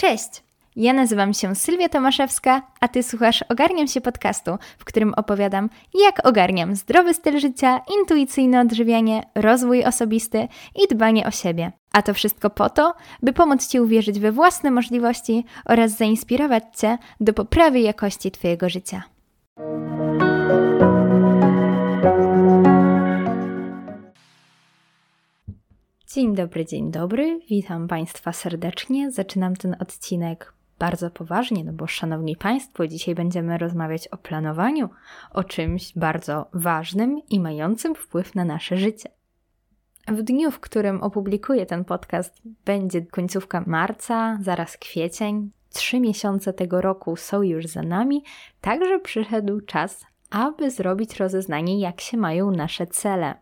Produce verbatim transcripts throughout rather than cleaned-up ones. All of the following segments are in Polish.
Cześć! Ja nazywam się Sylwia Tomaszewska, a Ty słuchasz Ogarniam się podcastu, w którym opowiadam, jak ogarniam zdrowy styl życia, intuicyjne odżywianie, rozwój osobisty i dbanie o siebie. A to wszystko po to, by pomóc Ci uwierzyć we własne możliwości oraz zainspirować Cię do poprawy jakości Twojego życia. Dzień dobry, dzień dobry. Witam Państwa serdecznie. Zaczynam ten odcinek bardzo poważnie, no bo szanowni Państwo, dzisiaj będziemy rozmawiać o planowaniu, o czymś bardzo ważnym i mającym wpływ na nasze życie. W dniu, w którym opublikuję ten podcast, będzie końcówka marca, zaraz kwiecień. Trzy miesiące tego roku są już za nami, także przyszedł czas, aby zrobić rozeznanie, jak się mają nasze cele.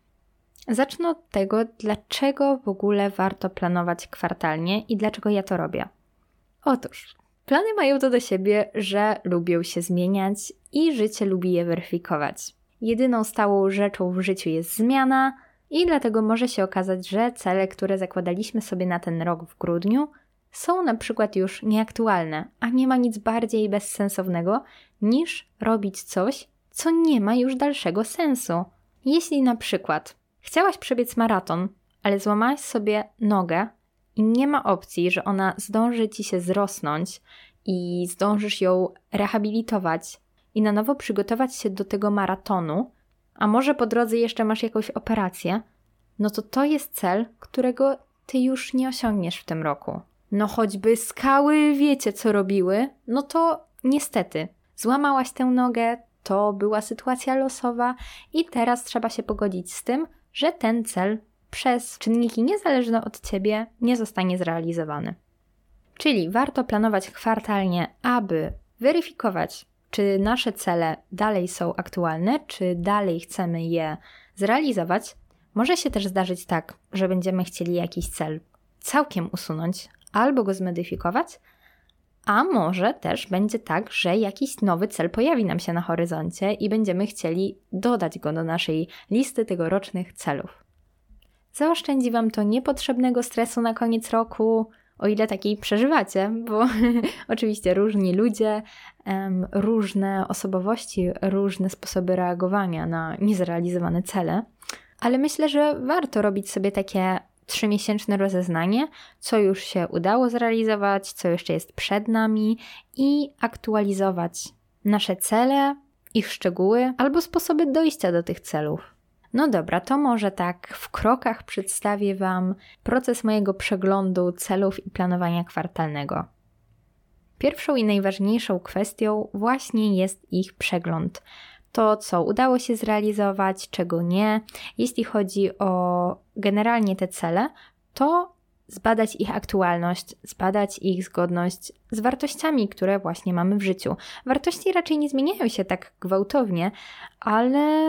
Zacznę od tego, dlaczego w ogóle warto planować kwartalnie i dlaczego ja to robię. Otóż, plany mają to do siebie, że lubią się zmieniać i życie lubi je weryfikować. Jedyną stałą rzeczą w życiu jest zmiana i dlatego może się okazać, że cele, które zakładaliśmy sobie na ten rok w grudniu, są na przykład już nieaktualne, a nie ma nic bardziej bezsensownego niż robić coś, co nie ma już dalszego sensu. Jeśli na przykład chciałaś przebiec maraton, ale złamałaś sobie nogę i nie ma opcji, że ona zdąży Ci się zrosnąć i zdążysz ją rehabilitować i na nowo przygotować się do tego maratonu, a może po drodze jeszcze masz jakąś operację, no to to jest cel, którego Ty już nie osiągniesz w tym roku. No choćby skały wiecie co robiły, no to niestety złamałaś tę nogę, to była sytuacja losowa i teraz trzeba się pogodzić z tym, że ten cel przez czynniki niezależne od Ciebie nie zostanie zrealizowany. Czyli warto planować kwartalnie, aby weryfikować, czy nasze cele dalej są aktualne, czy dalej chcemy je zrealizować. Może się też zdarzyć tak, że będziemy chcieli jakiś cel całkiem usunąć albo go zmodyfikować, a może też będzie tak, że jakiś nowy cel pojawi nam się na horyzoncie i będziemy chcieli dodać go do naszej listy tegorocznych celów. Zaoszczędzi Wam to niepotrzebnego stresu na koniec roku, o ile taki przeżywacie, bo oczywiście różni ludzie, um, różne osobowości, różne sposoby reagowania na niezrealizowane cele, ale myślę, że warto robić sobie takie trzymiesięczne rozeznanie, co już się udało zrealizować, co jeszcze jest przed nami i aktualizować nasze cele, ich szczegóły albo sposoby dojścia do tych celów. No dobra, to może tak w krokach przedstawię Wam proces mojego przeglądu celów i planowania kwartalnego. Pierwszą i najważniejszą kwestią właśnie jest ich przegląd. To, co udało się zrealizować, czego nie. Jeśli chodzi o generalnie te cele, to zbadać ich aktualność, zbadać ich zgodność z wartościami, które właśnie mamy w życiu. Wartości raczej nie zmieniają się tak gwałtownie, ale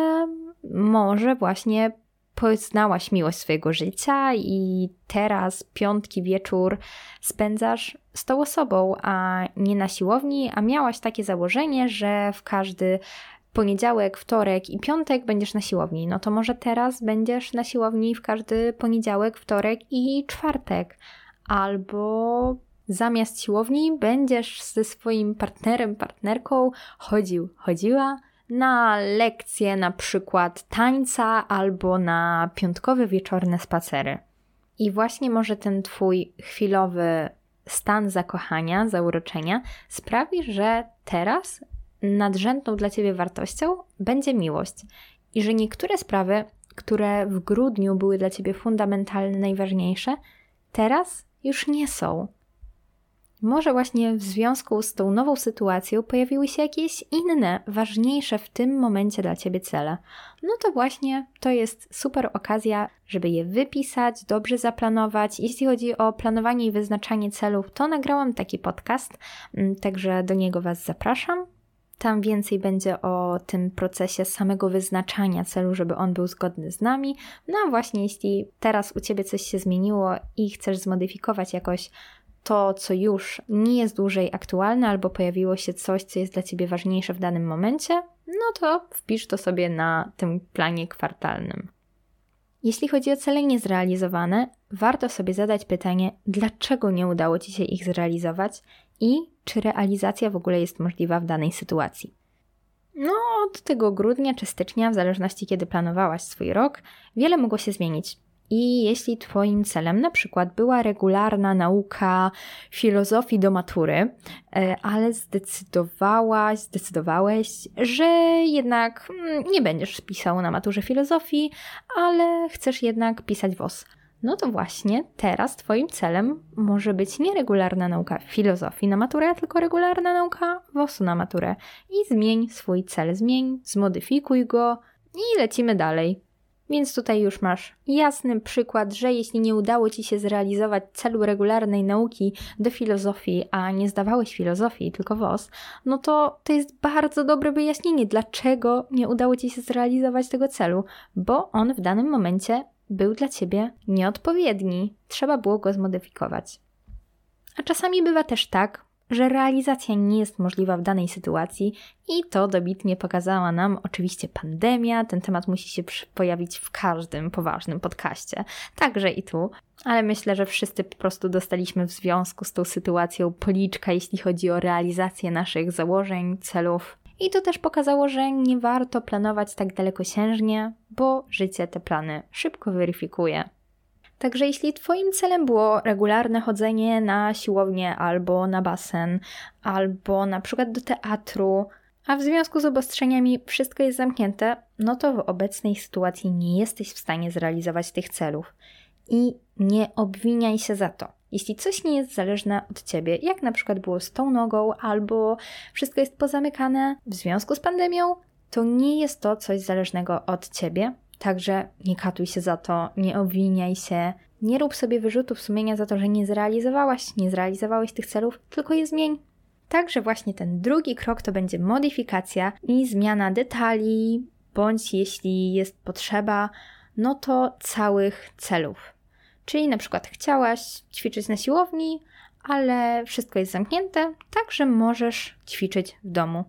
może właśnie poznałaś miłość swojego życia i teraz piątki wieczór spędzasz z tą osobą, a nie na siłowni, a miałaś takie założenie, że w każdy poniedziałek, wtorek i piątek będziesz na siłowni. No to może teraz będziesz na siłowni w każdy poniedziałek, wtorek i czwartek. Albo zamiast siłowni będziesz ze swoim partnerem, partnerką chodził, chodziła na lekcje na przykład tańca albo na piątkowe wieczorne spacery. I właśnie może ten Twój chwilowy stan zakochania, zauroczenia sprawi, że teraz nadrzędną dla Ciebie wartością będzie miłość i że niektóre sprawy, które w grudniu były dla Ciebie fundamentalne, najważniejsze, teraz już nie są. Może właśnie w związku z tą nową sytuacją pojawiły się jakieś inne, ważniejsze w tym momencie dla Ciebie cele. No to właśnie to jest super okazja, żeby je wypisać, dobrze zaplanować. Jeśli chodzi o planowanie i wyznaczanie celów, to nagrałam taki podcast, także do niego Was zapraszam. Tam więcej będzie o tym procesie samego wyznaczania celu, żeby on był zgodny z nami. No a właśnie jeśli teraz u Ciebie coś się zmieniło i chcesz zmodyfikować jakoś to, co już nie jest dłużej aktualne, albo pojawiło się coś, co jest dla Ciebie ważniejsze w danym momencie, no to wpisz to sobie na tym planie kwartalnym. Jeśli chodzi o cele niezrealizowane, warto sobie zadać pytanie, dlaczego nie udało Ci się ich zrealizować i czy realizacja w ogóle jest możliwa w danej sytuacji. No, od tego grudnia czy stycznia, w zależności kiedy planowałaś swój rok, wiele mogło się zmienić. I jeśli Twoim celem na przykład była regularna nauka filozofii do matury, ale zdecydowałaś, zdecydowałeś, że jednak nie będziesz pisał na maturze filozofii, ale chcesz jednak pisać W O S, no to właśnie teraz Twoim celem może być nie regularna nauka filozofii na maturę, tylko regularna nauka W O S-u na maturę. I zmień swój cel, zmień, zmodyfikuj go i lecimy dalej. Więc tutaj już masz jasny przykład, że jeśli nie udało Ci się zrealizować celu regularnej nauki do filozofii, a nie zdawałeś filozofii, tylko W O S, no to to jest bardzo dobre wyjaśnienie, dlaczego nie udało Ci się zrealizować tego celu, bo on w danym momencie był dla Ciebie nieodpowiedni. Trzeba było go zmodyfikować. A czasami bywa też tak, że realizacja nie jest możliwa w danej sytuacji i to dobitnie pokazała nam oczywiście pandemia. Ten temat musi się pojawić w każdym poważnym podcaście, także i tu. Ale myślę, że wszyscy po prostu dostaliśmy w związku z tą sytuacją policzka, jeśli chodzi o realizację naszych założeń, celów. I to też pokazało, że nie warto planować tak dalekosiężnie, bo życie te plany szybko weryfikuje. Także jeśli Twoim celem było regularne chodzenie na siłownię albo na basen, albo na przykład do teatru, a w związku z obostrzeniami wszystko jest zamknięte, no to w obecnej sytuacji nie jesteś w stanie zrealizować tych celów. I nie obwiniaj się za to. Jeśli coś nie jest zależne od Ciebie, jak na przykład było z tą nogą, albo wszystko jest pozamykane w związku z pandemią, to nie jest to coś zależnego od Ciebie. Także nie katuj się za to, nie obwiniaj się, nie rób sobie wyrzutów sumienia za to, że nie zrealizowałaś, nie zrealizowałeś tych celów, tylko je zmień. Także właśnie ten drugi krok to będzie modyfikacja i zmiana detali, bądź jeśli jest potrzeba, no to całych celów. Czyli na przykład chciałaś ćwiczyć na siłowni, ale wszystko jest zamknięte, także możesz ćwiczyć w domu.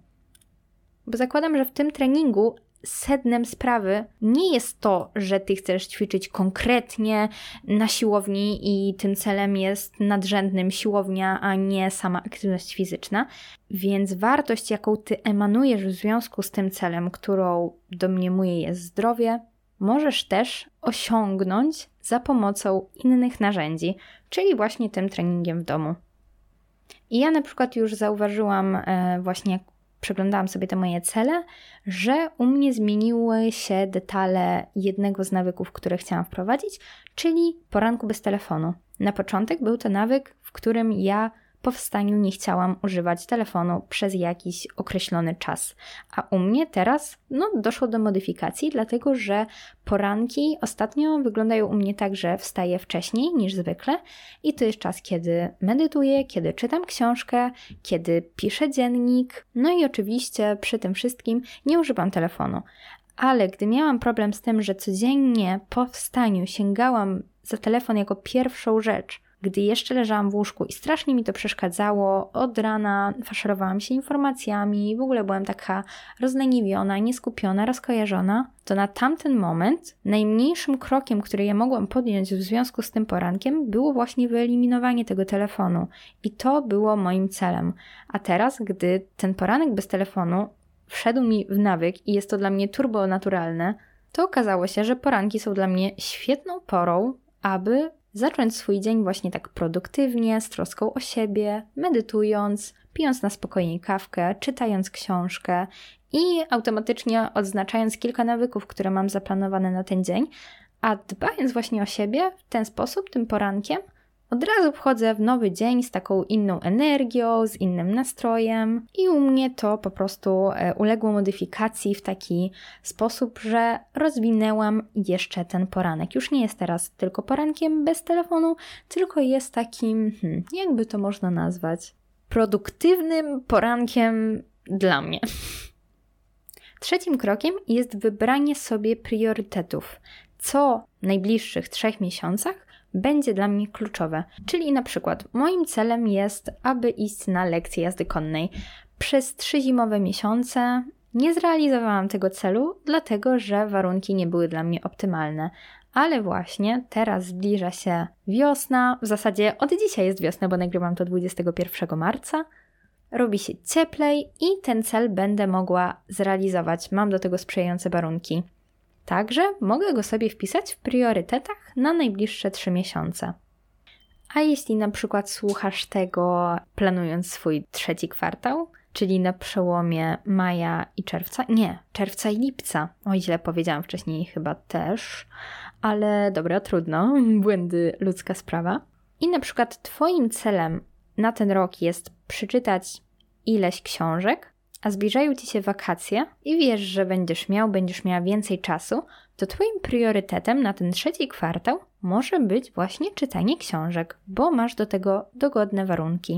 Bo zakładam, że w tym treningu sednem sprawy nie jest to, że Ty chcesz ćwiczyć konkretnie na siłowni i tym celem jest nadrzędnym siłownia, a nie sama aktywność fizyczna. Więc wartość, jaką Ty emanujesz w związku z tym celem, którą domniemuje jest zdrowie, możesz też osiągnąć za pomocą innych narzędzi, czyli właśnie tym treningiem w domu. I ja na przykład już zauważyłam e, właśnie, jak przeglądałam sobie te moje cele, że u mnie zmieniły się detale jednego z nawyków, które chciałam wprowadzić, czyli poranku bez telefonu. Na początek był to nawyk, w którym ja po wstaniu nie chciałam używać telefonu przez jakiś określony czas. A u mnie teraz no, doszło do modyfikacji, dlatego że poranki ostatnio wyglądają u mnie tak, że wstaję wcześniej niż zwykle i to jest czas, kiedy medytuję, kiedy czytam książkę, kiedy piszę dziennik, no i oczywiście przy tym wszystkim nie używam telefonu. Ale gdy miałam problem z tym, że codziennie po wstaniu sięgałam za telefon jako pierwszą rzecz, gdy jeszcze leżałam w łóżku i strasznie mi to przeszkadzało, od rana faszerowałam się informacjami, w ogóle byłam taka rozleniwiona, nieskupiona, rozkojarzona, to na tamten moment najmniejszym krokiem, który ja mogłam podjąć w związku z tym porankiem, było właśnie wyeliminowanie tego telefonu. I to było moim celem. A teraz, gdy ten poranek bez telefonu wszedł mi w nawyk i jest to dla mnie turbo naturalne, to okazało się, że poranki są dla mnie świetną porą, aby zacząć swój dzień właśnie tak produktywnie, z troską o siebie, medytując, pijąc na spokojnie kawkę, czytając książkę i automatycznie odznaczając kilka nawyków, które mam zaplanowane na ten dzień, a dbając właśnie o siebie w ten sposób, tym porankiem, od razu wchodzę w nowy dzień z taką inną energią, z innym nastrojem i u mnie to po prostu uległo modyfikacji w taki sposób, że rozwinęłam jeszcze ten poranek. Już nie jest teraz tylko porankiem bez telefonu, tylko jest takim, hmm, jakby to można nazwać, produktywnym porankiem dla mnie. Trzecim krokiem jest wybranie sobie priorytetów, co w najbliższych trzech miesiącach będzie dla mnie kluczowe. Czyli na przykład moim celem jest, aby iść na lekcję jazdy konnej. Przez trzy zimowe miesiące nie zrealizowałam tego celu, dlatego że warunki nie były dla mnie optymalne. Ale właśnie teraz zbliża się wiosna, w zasadzie od dzisiaj jest wiosna, bo nagrywam to dwudziestego pierwszego marca. Robi się cieplej i ten cel będę mogła zrealizować. Mam do tego sprzyjające warunki. Także mogę go sobie wpisać w priorytetach na najbliższe trzy miesiące. A jeśli na przykład słuchasz tego planując swój trzeci kwartał, czyli na przełomie maja i czerwca, nie, czerwca i lipca, o źle powiedziałam wcześniej chyba też, ale dobra, trudno, błędy, ludzka sprawa. I na przykład twoim celem na ten rok jest przeczytać ileś książek, a zbliżają ci się wakacje i wiesz, że będziesz miał, będziesz miała więcej czasu, to twoim priorytetem na ten trzeci kwartał może być właśnie czytanie książek, bo masz do tego dogodne warunki.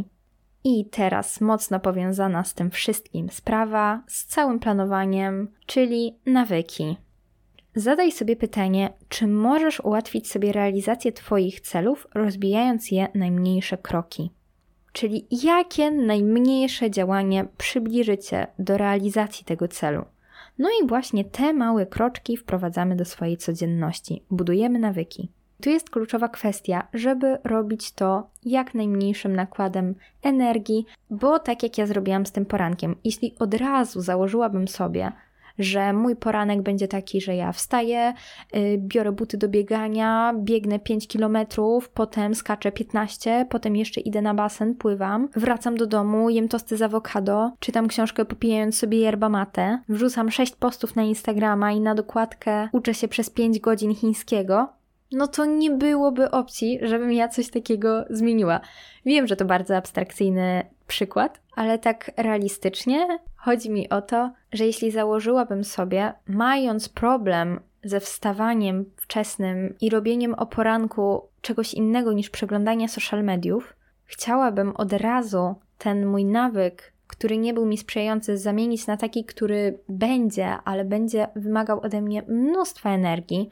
I teraz mocno powiązana z tym wszystkim sprawa, z całym planowaniem, czyli nawyki. Zadaj sobie pytanie, czy możesz ułatwić sobie realizację twoich celów, rozbijając je na najmniejsze kroki. Czyli jakie najmniejsze działanie przybliży cię do realizacji tego celu. No i właśnie te małe kroczki wprowadzamy do swojej codzienności. Budujemy nawyki. Tu jest kluczowa kwestia, żeby robić to jak najmniejszym nakładem energii, bo tak jak ja zrobiłam z tym porankiem, jeśli od razu założyłabym sobie, że mój poranek będzie taki, że ja wstaję, yy, biorę buty do biegania, biegnę pięć kilometrów, potem skaczę piętnaście, potem jeszcze idę na basen, pływam, wracam do domu, jem tosty z awokado, czytam książkę popijając sobie yerba mate, wrzucam sześć postów na Instagrama i na dokładkę uczę się przez pięć godzin chińskiego, no to nie byłoby opcji, żebym ja coś takiego zmieniła. Wiem, że to bardzo abstrakcyjny przykład, ale tak realistycznie chodzi mi o to, że jeśli założyłabym sobie, mając problem ze wstawaniem wczesnym i robieniem o poranku czegoś innego niż przeglądanie social mediów, chciałabym od razu ten mój nawyk, który nie był mi sprzyjający, zamienić na taki, który będzie, ale będzie wymagał ode mnie mnóstwa energii,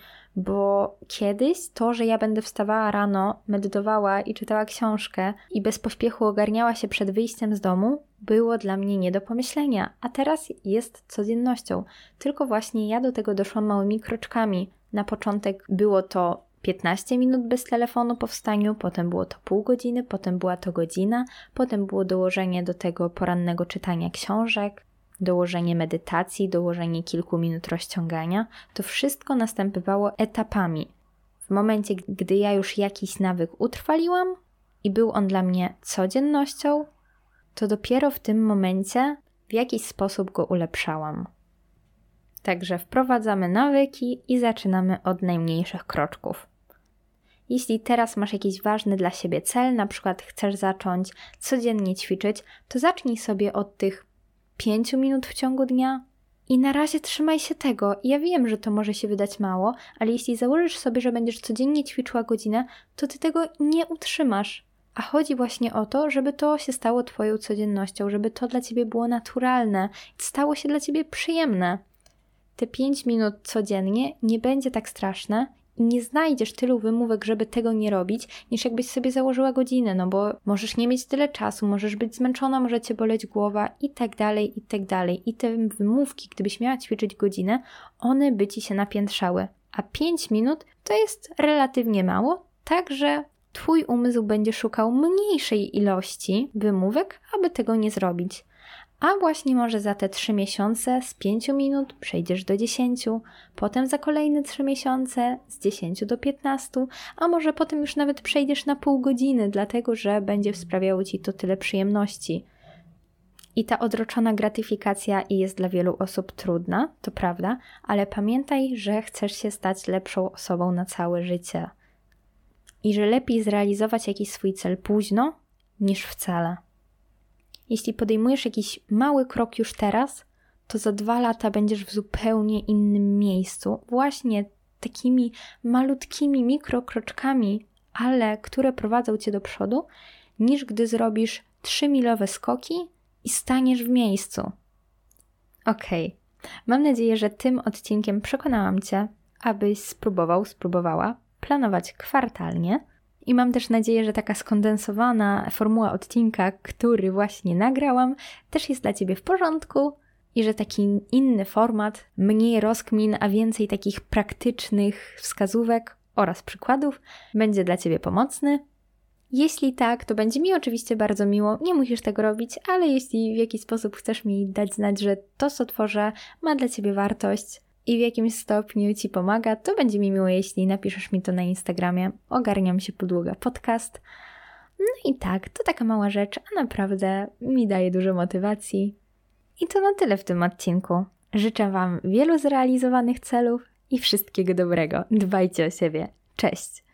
bo kiedyś to, że ja będę wstawała rano, medytowała i czytała książkę i bez pośpiechu ogarniała się przed wyjściem z domu, było dla mnie nie do pomyślenia, a teraz jest codziennością. Tylko właśnie ja do tego doszłam małymi kroczkami. Na początek było to piętnaście minut bez telefonu po wstaniu, potem było to pół godziny, potem była to godzina, potem było dołożenie do tego porannego czytania książek, dołożenie medytacji, dołożenie kilku minut rozciągania. To wszystko następowało etapami. W momencie, gdy ja już jakiś nawyk utrwaliłam i był on dla mnie codziennością, to dopiero w tym momencie w jakiś sposób go ulepszałam. Także wprowadzamy nawyki i zaczynamy od najmniejszych kroczków. Jeśli teraz masz jakiś ważny dla siebie cel, na przykład chcesz zacząć codziennie ćwiczyć, to zacznij sobie od tych pięciu minut w ciągu dnia i na razie trzymaj się tego. Ja wiem, że to może się wydać mało, ale jeśli założysz sobie, że będziesz codziennie ćwiczyła godzinę, to ty tego nie utrzymasz. A chodzi właśnie o to, żeby to się stało twoją codziennością, żeby to dla ciebie było naturalne, stało się dla ciebie przyjemne. Te pięć minut codziennie nie będzie tak straszne i nie znajdziesz tylu wymówek, żeby tego nie robić, niż jakbyś sobie założyła godzinę, no bo możesz nie mieć tyle czasu, możesz być zmęczona, może cię boleć głowa i tak dalej, i tak dalej. I te wymówki, gdybyś miała ćwiczyć godzinę, one by ci się napiętrzały. A pięć minut to jest relatywnie mało, także twój umysł będzie szukał mniejszej ilości wymówek, aby tego nie zrobić. A właśnie może za te trzy miesiące z pięciu minut przejdziesz do dziesięciu, potem za kolejne trzy miesiące z dziesięciu do piętnastu, a może potem już nawet przejdziesz na pół godziny, dlatego że będzie sprawiało ci to tyle przyjemności. I ta odroczona gratyfikacja jest dla wielu osób trudna, to prawda, ale pamiętaj, że chcesz się stać lepszą osobą na całe życie. I że lepiej zrealizować jakiś swój cel późno, niż wcale. Jeśli podejmujesz jakiś mały krok już teraz, to za dwa lata będziesz w zupełnie innym miejscu. Właśnie takimi malutkimi mikrokroczkami, ale które prowadzą cię do przodu, niż gdy zrobisz trzymilowe skoki i staniesz w miejscu. Okej, okay. Mam nadzieję, że tym odcinkiem przekonałam cię, abyś spróbował, spróbowała planować kwartalnie. I mam też nadzieję, że taka skondensowana formuła odcinka, który właśnie nagrałam, też jest dla ciebie w porządku i że taki inny format, mniej rozkmin, a więcej takich praktycznych wskazówek oraz przykładów będzie dla Ciebie pomocny. Jeśli tak, to będzie mi oczywiście bardzo miło, nie musisz tego robić, ale jeśli w jakiś sposób chcesz mi dać znać, że to, co tworzę, ma dla Ciebie wartość i w jakimś stopniu Ci pomaga, to będzie mi miło, jeśli napiszesz mi to na Instagramie. Ogarniam się podługa podcast. No i tak, to taka mała rzecz, a naprawdę mi daje dużo motywacji. I to na tyle w tym odcinku. Życzę Wam wielu zrealizowanych celów i wszystkiego dobrego. Dbajcie o siebie. Cześć!